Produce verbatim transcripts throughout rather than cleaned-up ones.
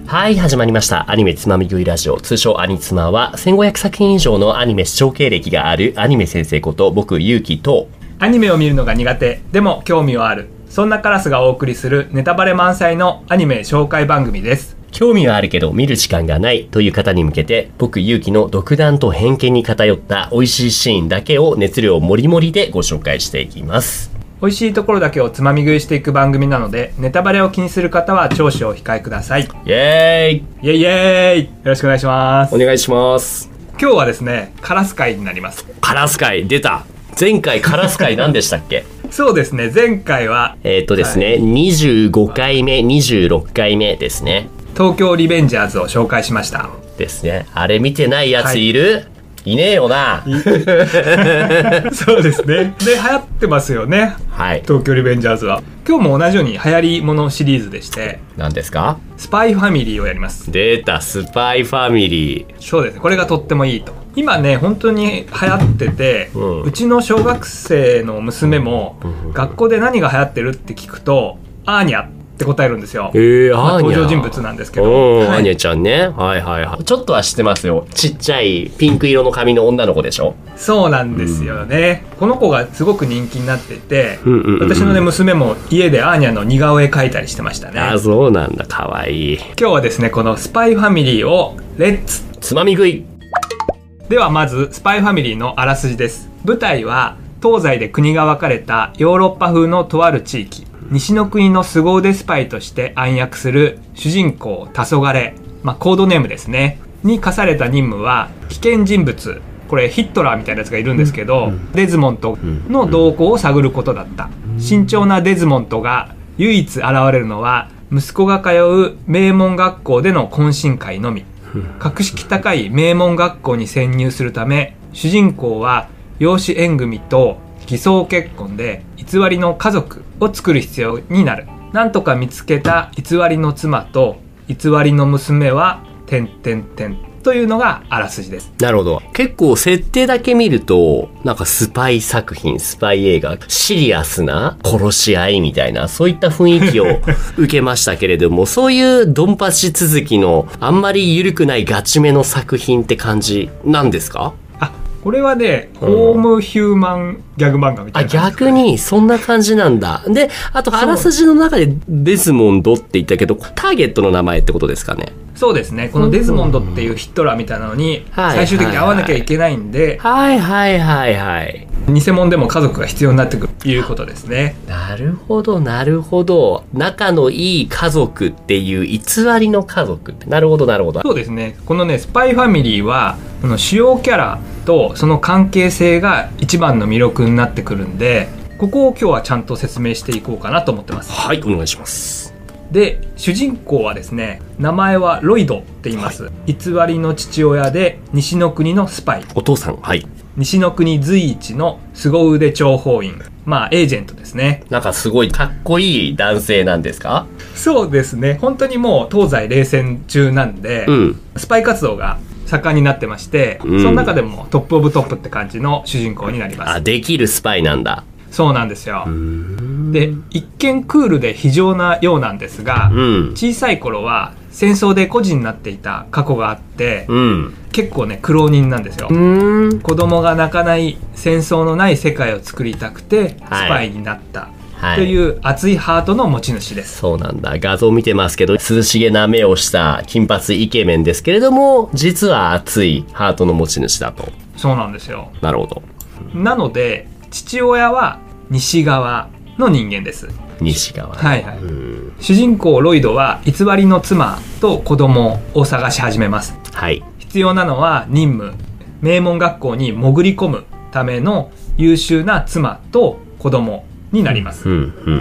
はい、始まりました。アニメつまみ食いラジオ、通称アニツマは、せんごひゃくさくひん以上のアニメ視聴経歴があるアニメ先生こと僕、ゆうきと、 アニメを見るのが苦手、でも興味はある。そんなカラスがお送りするネタバレ満載のアニメ紹介番組です。 興味はあるけど見る時間がないという方に向けて、僕、ゆうきの独断と偏見に偏った美味しいシーンだけを熱量もりもりでご紹介していきます。 美味しいところだけをつまみ食いしていく番組なので、ネタバレを気にする方は聴取をお控えください。 イエーイイエイイエーイ、よろしくお願いします。 お願いします。 今日はですね、カラス会になります。 カラス会出た。前回カラス会何でしたっけ？ そうですね、前回はえっとですね、はい、にじゅうごかいめにじゅうろっかいめですね。 東京リベンジャーズを紹介しましたですね。あれ見てないやついる？はい、いねえよな。 そうですね。で、流行ってますよね。 はい。 東京リベンジャーズは。今日も同じように流行りものシリーズでして。 何ですか？ スパイファミリーをやります。 出た、スパイファミリー。 そうですね。これがとってもいいと。今ね、本当に流行ってて、うん、うちの小学生の娘も、うん、学校で何が流行ってるって聞くと、アーニャって答えるんですよ。 えー、 まあ、 アーニャ登場人物なんですけど、 はい、アーニャちゃんね。はいはいはい。ちょっとは知ってますよ。ちっちゃいピンク色の髪の女の子でしょ。 そうなんですよね、うん、この子がすごく人気になってて、 うんうんうんうん、 私のね娘も家でアーニャの似顔絵描いたりしてましたね。 あ、そうなんだ。かわいい。 今日はですね、このスパイファミリーをレッツつまみ食い。 ではまずスパイファミリーのあらすじです。舞台は東西で国が分かれたヨーロッパ風のとある地域。西の国の凄腕スパイとして暗躍する主人公黄昏、まあ、コードネームですねに課された任務は、危険人物、これヒットラーみたいなやつがいるんですけど、うん、デズモントの動向を探ることだった。慎重なデズモントが唯一現れるのは、息子が通う名門学校での懇親会のみ。格式高い名門学校に潜入するため、主人公は養子縁組と偽装結婚で偽りの家族を作る必要になる。なんとか見つけた偽りの妻と偽りの娘は点々点というのがあらすじです。 なるほど。結構設定だけ見るとなんかスパイ作品、スパイ映画、シリアスな殺し合いみたいな、そういった雰囲気を受けましたけれども、そういうドンパチ続きのあんまり緩くないガチめの作品って感じなんですか？ これはね、ホームヒューマンギャグ漫画みたいな、ね、 あ、逆にそんな感じなんだ。で、あとあらすじの中でデズモンドって言ったけど、ターゲットの名前ってことですかね？ そうですね。このデズモンドっていうヒットラーみたいなのに最終的に会わなきゃいけないんで、 はいはいはいはい、 偽物でも家族が必要になってくるということですね。 なるほどなるほど。仲のいい家族っていう偽りの家族って、なるほどなるほど。 そうですね。このね、スパイファミリーはこの主要キャラとその関係性が一番の魅力になってくるんで、ここを今日はちゃんと説明していこうかなと思ってます。 はい、お願いします。 で、主人公はですね、名前はロイドって言います、はい、偽りの父親で西の国のスパイ、 お父さん、はい、 西の国随一の凄腕諜報員、まあエージェントですね。 なんかすごいかっこいい男性なんですか？ そうですね。本当にもう東西冷戦中なんで、うん、スパイ活動が盛んになってまして、うん、その中でもトップオブトップって感じの主人公になります。 あ、できるスパイなんだ。 そうなんですよ。で、一見クールで非情なようなんですが、うん、小さい頃は戦争で孤児になっていた過去があって、うん、結構ね苦労人なんですよ。子供が泣かない戦争のない世界を作りたくてスパイになった、はい、という熱いハートの持ち主です。 そうなんだ。画像見てますけど、涼しげな目をした金髪イケメンですけれども、実は熱いハートの持ち主だと。 そうなんですよ。 なるほど。 なので父親は西側の人間です。 西側、 はいはい、主人公ロイドは偽りの妻と子供を探し始めます、はい、必要なのは任務、名門学校に潜り込むための優秀な妻と子供になります、うんうんうん、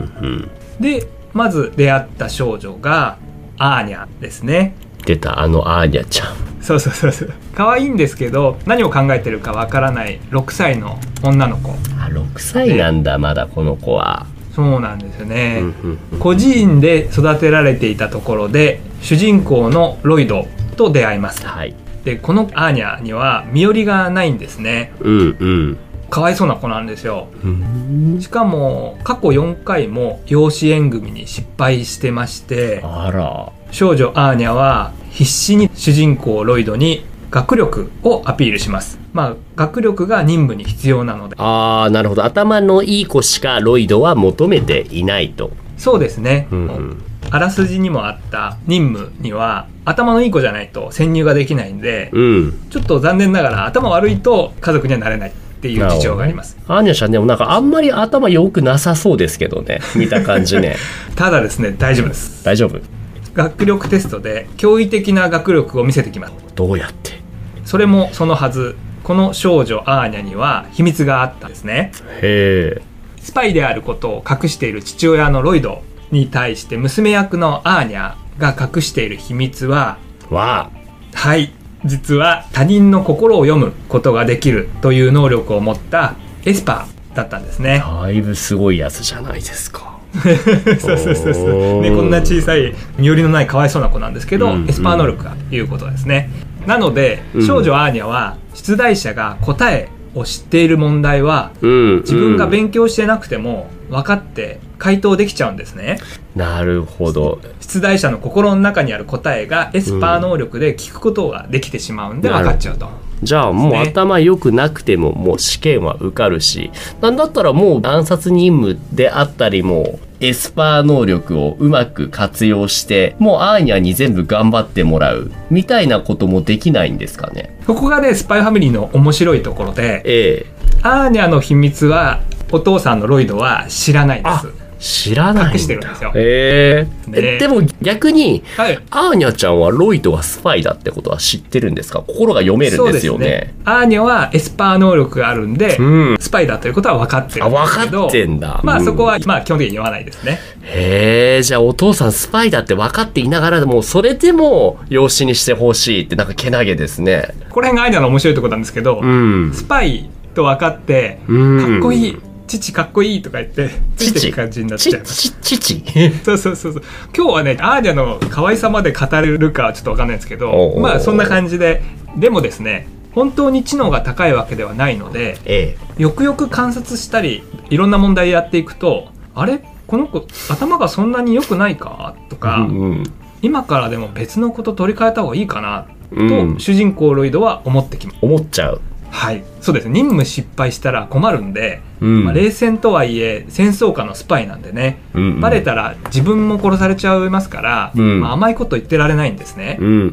で、まず出会った少女がアーニャですね。 出た、あのアーニャちゃん。 そうそうそうそう。可愛いんですけど、何を考えてるかわからないろくさいの女の子。 あ、ろくさいなんだ、まだこの子は。 そうなんですよね、うんうんうん、孤児院で育てられていたところで主人公のロイドと出会います、はい、でこのアーニャには身寄りがないんですね、うんうん、 かわいそうな子なんですよ。 うん。 しかも過去よんかいも養子縁組に失敗してまして、 あら。 少女アーニャは必死に主人公ロイドに学力をアピールします。まあ学力が任務に必要なので。 ああ、なるほど。頭のいい子しかロイドは求めていないと。 そうですね、 うんうん、 あらすじにもあった任務には頭のいい子じゃないと潜入ができないんで、 うん、 ちょっと残念ながら頭悪いと家族にはなれないっていう事情があります。 アーニャちゃんでもなんかあんまり頭良くなさそうですけどね、見た感じね。 ただですね、大丈夫です。 大丈夫。 学力テストで驚異的な学力を見せてきます。 どうやって？ それもそのはず、この少女アーニャには秘密があったんですね。 へー。 スパイであることを隠している父親のロイドに対して娘役のアーニャが隠している秘密は、 わあ、はい、実は他人の心を読むことができるという能力を持ったエスパーだったんですね。 だいぶすごいやつじゃないですか。 そうそうそうそう、ね、こんな小さい身寄りのないかわいそうな子なんですけど、うんうん、エスパー能力がということですね。なので少女アーニャは出題者が答えを知っている問題は、うん、自分が勉強してなくても分かって回答できちゃうんですね。 なるほど。 出題者の心の中にある答えがエスパー能力で聞くことができてしまうんで分かっちゃうと、うん、 じゃあもう頭良くなくてももう試験は受かるし、なんだったらもう暗殺任務であったりもエスパー能力をうまく活用してもうアーニャに全部頑張ってもらうみたいなこともできないんですかね。 ここがねスパイファミリーの面白いところで、ええ、アーニャの秘密はお父さんのロイドは知らないです。 知らないんだ。 隠してるんですよ。 えーね、でも逆に、 はい、 アーニャちゃんはロイドがスパイだってことは知ってるんですか？心が読めるんですよ ね, そうですね。アーニャはエスパー能力があるんで、うん、スパイだということは分かってるんですけど、 あ、分かってんだ。 まあそこは、まあ基本的に言わないですね。 へえ、じゃあお父さんスパイだって分かっていながらでもそれでも養子にしてほしいってなんかけなげですね。 これがアーニャの面白いところなんですけど、うん、スパイと分かって、うん、かっこいい。父かっこいいとか言ってついてる感じになっちゃいます。 父そうそうそうそう。今日はねアーニャの可愛さまで語れるかはちょっと分かんないんですけど、まあそんな感じで、でもですね本当に知能が高いわけではないので、ええ、よくよく観察したりいろんな問題やっていくと、あれこの子頭がそんなに良くないかとか、うんうん、今からでも別のこと取り替えた方がいいかなと、うん、主人公ロイドは思ってきます。 思っちゃう。 はい、そうですね。任務失敗したら困るんで、うん、まあ、冷戦とはいえ戦争下のスパイなんでね、うんうん、バレたら自分も殺されちゃいますから、うん、まあ、甘いこと言ってられないんですね、うんうん、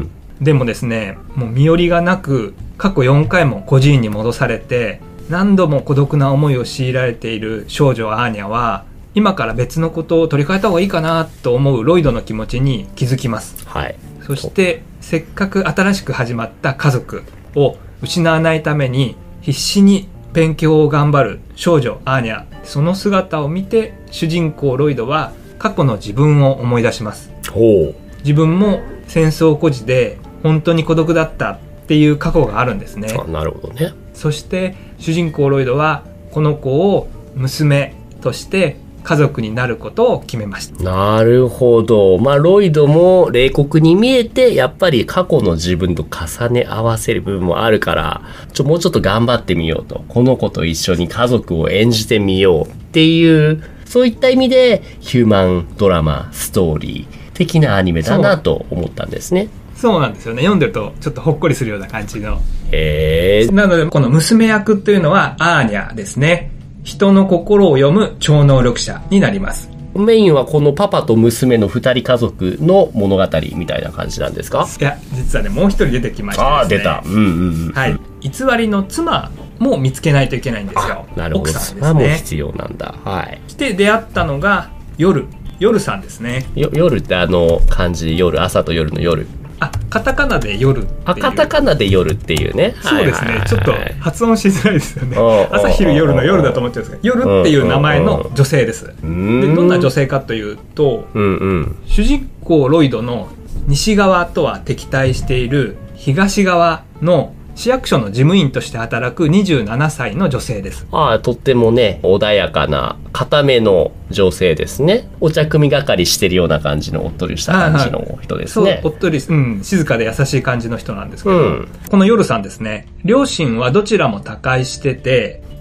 でもですねもう身寄りがなく過去よんかいも孤児院に戻されて何度も孤独な思いを強いられている少女アーニャは今から別のことを取り替えた方がいいかなと思うロイドの気持ちに気づきます、はい、そしてせっかく新しく始まった家族を失わないために必死に勉強を頑張る少女アーニャ、その姿を見て主人公ロイドは過去の自分を思い出します。ほう。自分も戦争孤児で本当に孤独だったっていう過去があるんですね。 あ、なるほどね。 そして主人公ロイドはこの子を娘として家族になることを決めました。 なるほど。まあロイドも冷酷に見えてやっぱり過去の自分と重ね合わせる部分もあるからちょもうちょっと頑張ってみようと、この子と一緒に家族を演じてみようっていうそういった意味でヒューマンドラマストーリー的なアニメだなと思ったんですね。 そうなんですよね。読んでるとちょっとほっこりするような感じの。 へー。 なのでこの娘役というのはアーニャですね。人の心を読む超能力者になります。 メインはこのパパと娘の二人家族の物語みたいな感じなんですか？ いや実はねもう一人出てきましたですね。 ああ出た。うんうんうん。 はい。偽りの妻も見つけないといけないんですよ。 なるほど。 奥さんですね。 妻も必要なんだ。はい。 して出会ったのが夜夜さんですね。 よ夜ってあの漢字夜、朝と夜の夜。 あ、カタカナで夜っていう。 あ、カタカナで夜っていうね。 そうですね、はいはいはい、ちょっと発音しづらいですよね。朝昼夜の夜だと思っちゃうんですけど、夜っていう名前の女性です。でどんな女性かというと、うんうん、主人公ロイドの西側とは敵対している東側の市役所の事務員として働くにじゅうななさいの女性です。 ああ、とってもね穏やかな固めの女性ですね。お茶組み係してるような感じのおっとりした感じの人ですね。 はいはい、そうおっとり、うん、静かで優しい感じの人なんですけど、うん、この夜さんですね、両親はどちらも他界してて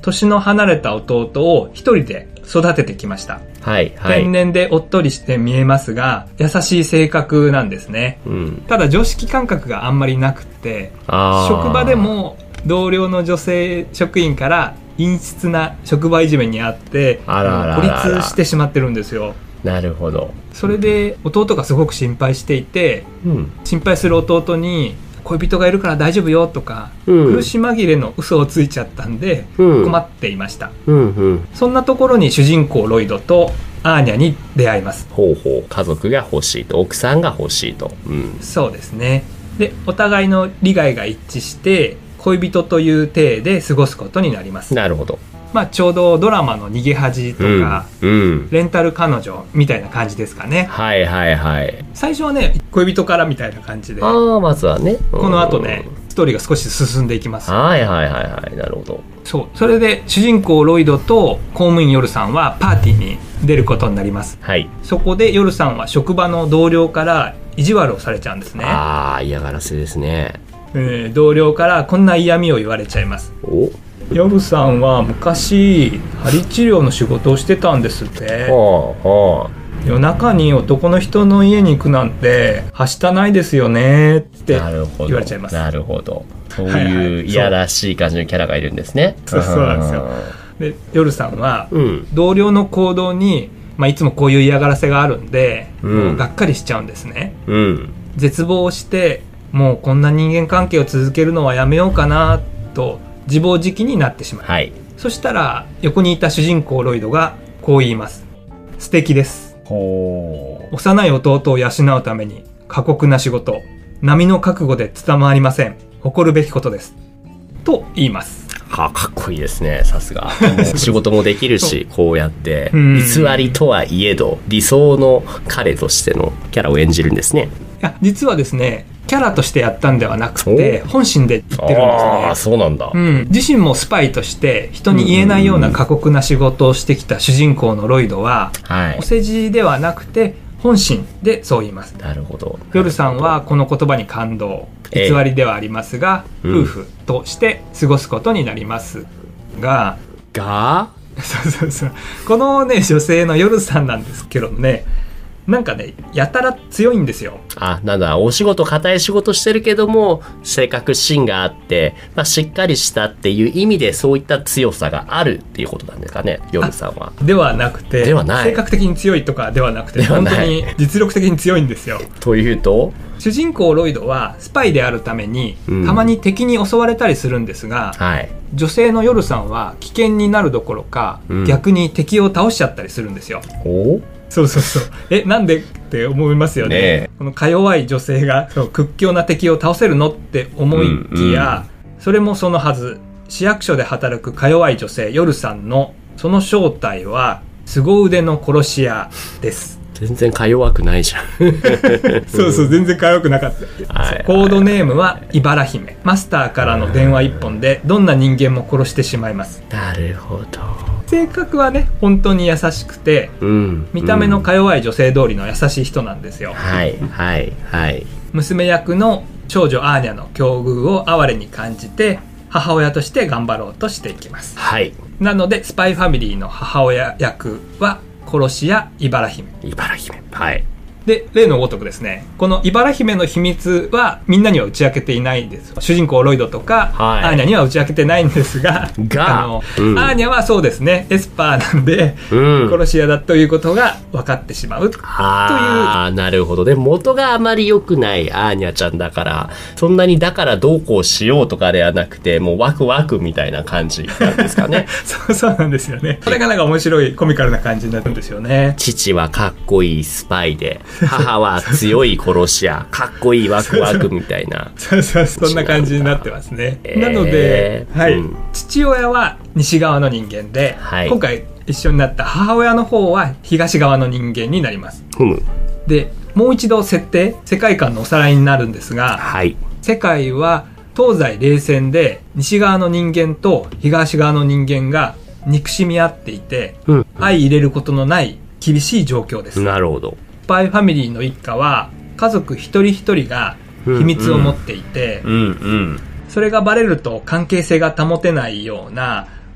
年の離れた弟を一人で育ててきました。 はいはい。 天然でおっとりして見えますが、優しい性格なんですね。 うん、 ただ常識感覚があんまりなくて、 あ職場でも同僚の女性職員から陰湿な職場いじめにあってあらあらあら孤立してしまってるんですよ。 なるほど。 それで弟がすごく心配していて、 うん、 心配する弟に恋人がいるから大丈夫よとか、 うん、 苦し紛れの嘘をついちゃったんで、 うん、 困っていました、 うんうん、 そんなところに主人公ロイドとアーニャに出会います。 ほうほう。家族が欲しいと、奥さんが欲しいと、うん、 そうですね。でお互いの利害が一致して恋人という体で過ごすことになります。 なるほど。 まあ、ちょうどドラマの逃げ恥とか、 うんうん、 レンタル彼女みたいな感じですかね。 はいはいはい。 最初はね恋人からみたいな感じで、 ああまずはね、 この後ねストーリーが少し進んでいきます。 はいはいはいはい。なるほど。 そうそれで主人公ロイドと公務員ヨルさんはパーティーに出ることになります。 はい。 そこでヨルさんは職場の同僚から意地悪をされちゃうんですね。 ああ嫌がらせですね。 えー、同僚からこんな嫌味を言われちゃいます。 おヨルさんは昔針治療の仕事をしてたんですって。 はあはあ。 夜中に男の人の家に行くなんてはしたないですよねって言われちゃいます。 なるほど。そういういやらしい感じのキャラがいるんですね。 そうそうなんですよ。でヨルさんは、 うん、 同僚の行動に、まあ、いつもこういう嫌がらせがあるんで、 うん、 もうがっかりしちゃうんですね、 うん、 絶望してもうこんな人間関係を続けるのはやめようかなと自暴自棄になってしまう、 はい、 そしたら横にいた主人公ロイドがこう言います。素敵です。 ほう。 幼い弟を養うために過酷な仕事、並の覚悟で伝わりません。誇るべきことですと言います。 はあ、かっこいいですね。さすが仕事もできるしこうやって偽りとはいえど理想の彼としてのキャラを演じるんですね。 いや実はですねキャラとしてやったんではなくて本心で言ってるんですね。 ああそうなんだ、 うん、自身もスパイとして人に言えないような過酷な仕事をしてきた主人公のロイドは、 はい、 お世辞ではなくて本心でそう言います。 なるほど。 ヨルさんはこの言葉に感動。偽りではありますが、えー、夫婦として過ごすことになりますが、 がそうそうそう。このね女性のヨルさんなんですけどね、なんかねやたら強いんですよ。 あ、なんだ、お仕事固い仕事してるけども性格芯があって、まあ、しっかりしたっていう意味でそういった強さがあるっていうことなんですかね、ヨルさんは。 ではなくて、 ではない、 性格的に強いとかではなくて本当に実力的に強いんですよ。 というと主人公ロイドはスパイであるために、うん、たまに敵に襲われたりするんですが、 はい、 女性のヨルさんは危険になるどころか、うん、逆に敵を倒しちゃったりするんですよ。 おそうそうそう。え、なんでって思いますよね。ね、このか弱い女性がその屈強な敵を倒せるのって思いきや、うんうん、それもそのはず。市役所で働くか弱い女性ヨルさんのその正体は凄腕の殺し屋です。 全然か弱くないじゃん。 そうそう、全然か弱くなかった、はいはい、コードネームは茨姫。マスターからの電話一本でどんな人間も殺してしまいます。 なるほど。 性格はね本当に優しくて、うん、見た目のか弱い女性通りの優しい人なんですよ。 はいはいはい。 娘役の長女アーニャの境遇を哀れに感じて母親として頑張ろうとしていきます。 はい。 なのでスパイファミリーの母親役は殺し屋茨姫。 茨姫。はい。 で例のごとくですね、この茨姫の秘密はみんなには打ち明けていないんです。主人公ロイドとか、はい、アーニャには打ち明けてないんですが、 があの、 うん、 アーニャはそうですねエスパーなんで、うん、殺し屋だということが分かってしまうという。 ああなるほど。で元があまり良くないアーニャちゃんだからそんなにだからどうこうしようとかではなくてもうワクワクみたいな感じなんですかね。 そうそうなんですよね。これがなんか面白いコミカルな感じになるんですよね。 父はかっこいいスパイで母は強い殺し屋かっこいいワクワクみたいなそうそうそんな感じになってますね、えー、なので、はいうん、父親は西側の人間で、はい、今回一緒になった母親の方は東側の人間になります、 うん、 でもう一度設定世界観のおさらいになるんですが、 はい、 世界は東西冷戦で西側の人間と東側の人間が憎しみ合っていて、うん、相入れることのない厳しい状況です。 なるほど。 スパイファミリーの一家は家族一人一人が秘密を持っていて、 うんうん、 それがバレると関係性が保てないような、まあ、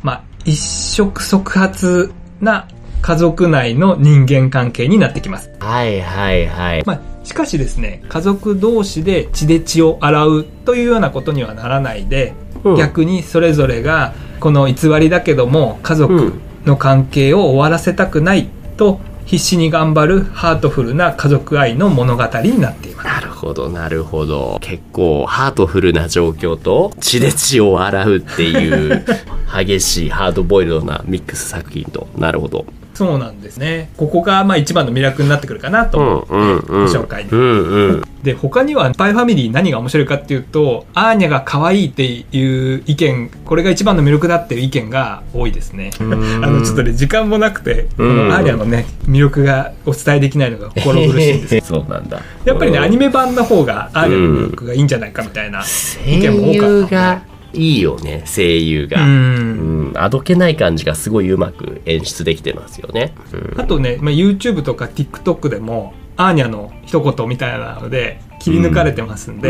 一触即発な家族内の人間関係になってきます。 はいはいはい。 まあ、しかしですね、家族同士で血で血を洗うというようなことにはならないで、うん、逆にそれぞれがこの偽りだけども家族の関係を終わらせたくないと必死に頑張るハートフルな家族愛の物語になっています。 なるほどなるほど。結構ハートフルな状況と血で血を洗うっていう激しいハードボイルドなミックス作品と。なるほど。 そうなんですね。ここがまあ一番の魅力になってくるかなと思って、うんうんうん、ご紹介に、うんうん、で他にはスパイファミリー何が面白いかっていうと、アーニャが可愛いっていう意見、これが一番の魅力だっていう意見が多いですね。あのちょっとね時間もなくて、このアーニャのね魅力がお伝えできないのが心苦しいんですそうなんだ。 やっぱりねアニメ版の方がアーニャの魅力がいいんじゃないかみたいな意見も多かった、ね、 いいよね声優が、うん、うん、あどけない感じがすごいうまく演出できてますよね、 うん、あとね、まあ、YouTube とか TikTok でもアーニャの一言みたいなので切り抜かれてますんで、うん、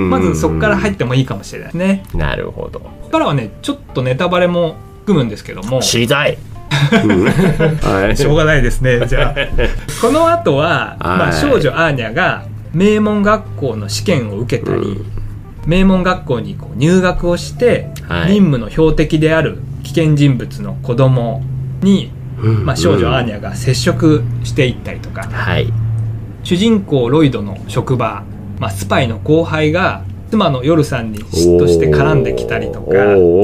まずそこから入ってもいいかもしれないですね。 なるほど。ここからはねちょっとネタバレも含むんですけども、 知りたいしょうがないですね。じゃあこの後は、まあ、少女アーニャが名門学校の試験を受けたり、うん、名門学校にこう入学をして、はい、任務の標的である危険人物の子供に、うんまあ、少女アーニャが接触していったりとか、はい、主人公ロイドの職場、まあ、スパイの後輩が妻のヨルさんに嫉妬して絡んできたりとか、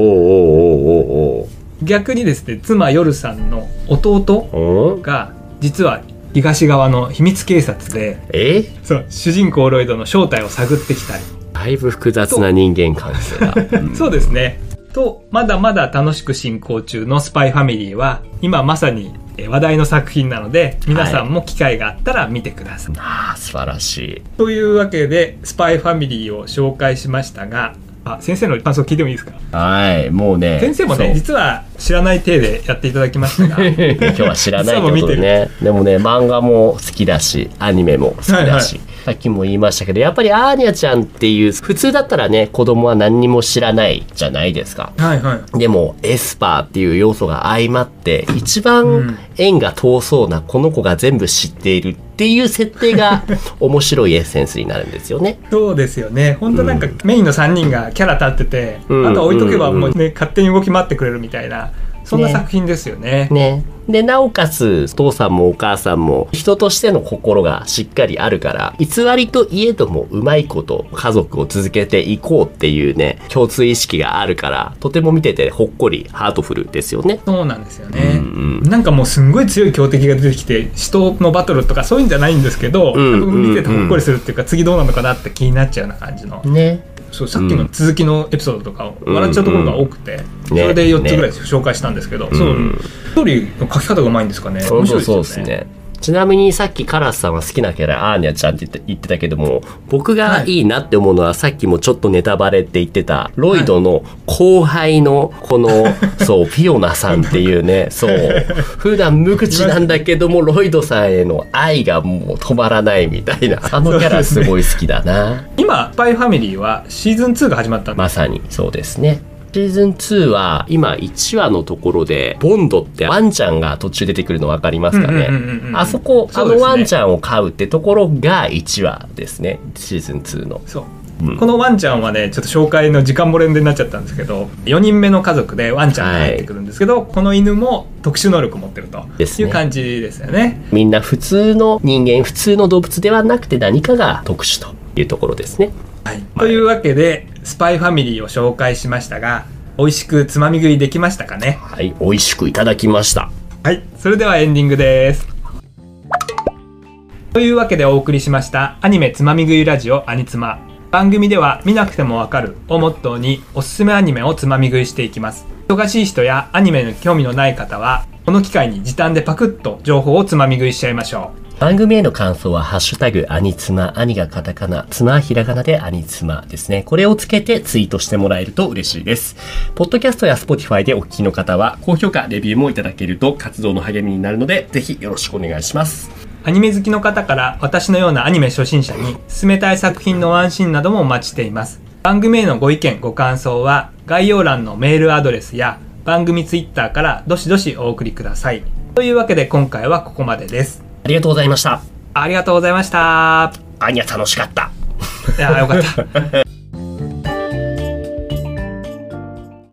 逆にですね妻ヨルさんの弟が実は東側の秘密警察で、えそう主人公ロイドの正体を探ってきたり、 だいぶ複雑な人間関係だ、 うん、そうですね。とまだまだ楽しく進行中のスパイファミリーは今まさに話題の作品なので、皆さんも機会があったら見てください、 はい、あ素晴らしい。 というわけでスパイファミリーを紹介しましたが、あ先生の感想聞いてもいいですか？ はいもうね先生もね実は知らない体でやっていただきましたが今日は知らないってことでねでもね漫画も好きだしアニメも好きだし、はいはい、さっきも言いましたけどやっぱりアーニャちゃんっていう普通だったらね子供は何にも知らないじゃないですか、はいはい、でもエスパーっていう要素が相まって一番縁が遠そうなこの子が全部知っているっていう設定が面白いエッセンスになるんですよね。 そうですよね。本当なんかメインのさんにんがキャラ立ってて、うん、あとは置いとけばもうね、うん、勝手に動き回ってくれるみたいなそんな作品ですよね。 ね。でなおかつお父さんもお母さんも人としての心がしっかりあるから偽りといえどもうまいこと家族を続けていこうっていうね共通意識があるからとても見ててほっこりハートフルですよね。 そうなんですよね、うんうん、なんかもうすんごい強い強敵が出てきて死闘のバトルとかそういうんじゃないんですけど、うんうんうん、見ててほっこりするっていうか次どうなのかなって気になっちゃうような感じのね。そうさっきの続きのエピソードとか笑っちゃうところが多くて、うんうんそれでよっつぐらい紹介したんですけど、ね、そう、うん、ストーリーの書き方がうまいんですかね。面白いですよね。そうですね。ちなみにさっきカラスさんは好きなキャラアーニャちゃんって言ってたけども僕がいいなって思うのは、はい、さっきもちょっとネタバレって言ってたロイドの後輩のこの、はい、そうフィオナさんっていうねそう普段無口なんだけどもロイドさんへの愛がもう止まらないみたいなあのキャラすごい好きだな、ね、 今スパイファミリーはシーズンツーが始まったんです。 まさにそうですね。シーズンツーは今いちわのところでボンドってワンちゃんが途中出てくるの分かりますかね。あそこあのワンちゃんを飼うってところがいちわですねシーズンツーの。そう、 うん、このワンちゃんはねちょっと紹介の時間漏れになっちゃったんですけどよにんめの家族でワンちゃんが入ってくるんですけど、はい、この犬も特殊能力を持ってるという感じですよね。 みんな普通の人間普通の動物ではなくて何かが特殊というところですね。 はい、というわけでスパイファミリーを紹介しましたが美味しくつまみ食いできましたかね。 はい、美味しくいただきました。 はい、それではエンディングです。というわけでお送りしましたアニメつまみ食いラジオアニツマ。番組では見なくてもわかるをモットーにおすすめアニメをつまみ食いしていきます。忙しい人やアニメの興味のない方はこの機会に時短でパクッと情報をつまみ食いしちゃいましょう。 番組への感想はハッシュタグアニツマ、アニがカタカナ、ツマはひらがなでアニツマですね。これをつけてツイートしてもらえると嬉しいです。ポッドキャストや Spotify でお聞きの方は高評価、レビューもいただけると活動の励みになるのでぜひよろしくお願いします。 アニメ好きの方から私のようなアニメ初心者に進めたい作品のワンシーンなどもお待ちしています。番組へのご意見ご感想は概要欄のメールアドレスや番組ツイッターからどしどしお送りください。というわけで今回はここまでです。 ありがとうございました。 ありがとうございました。 あにゃ楽しかった。 いや、よかった。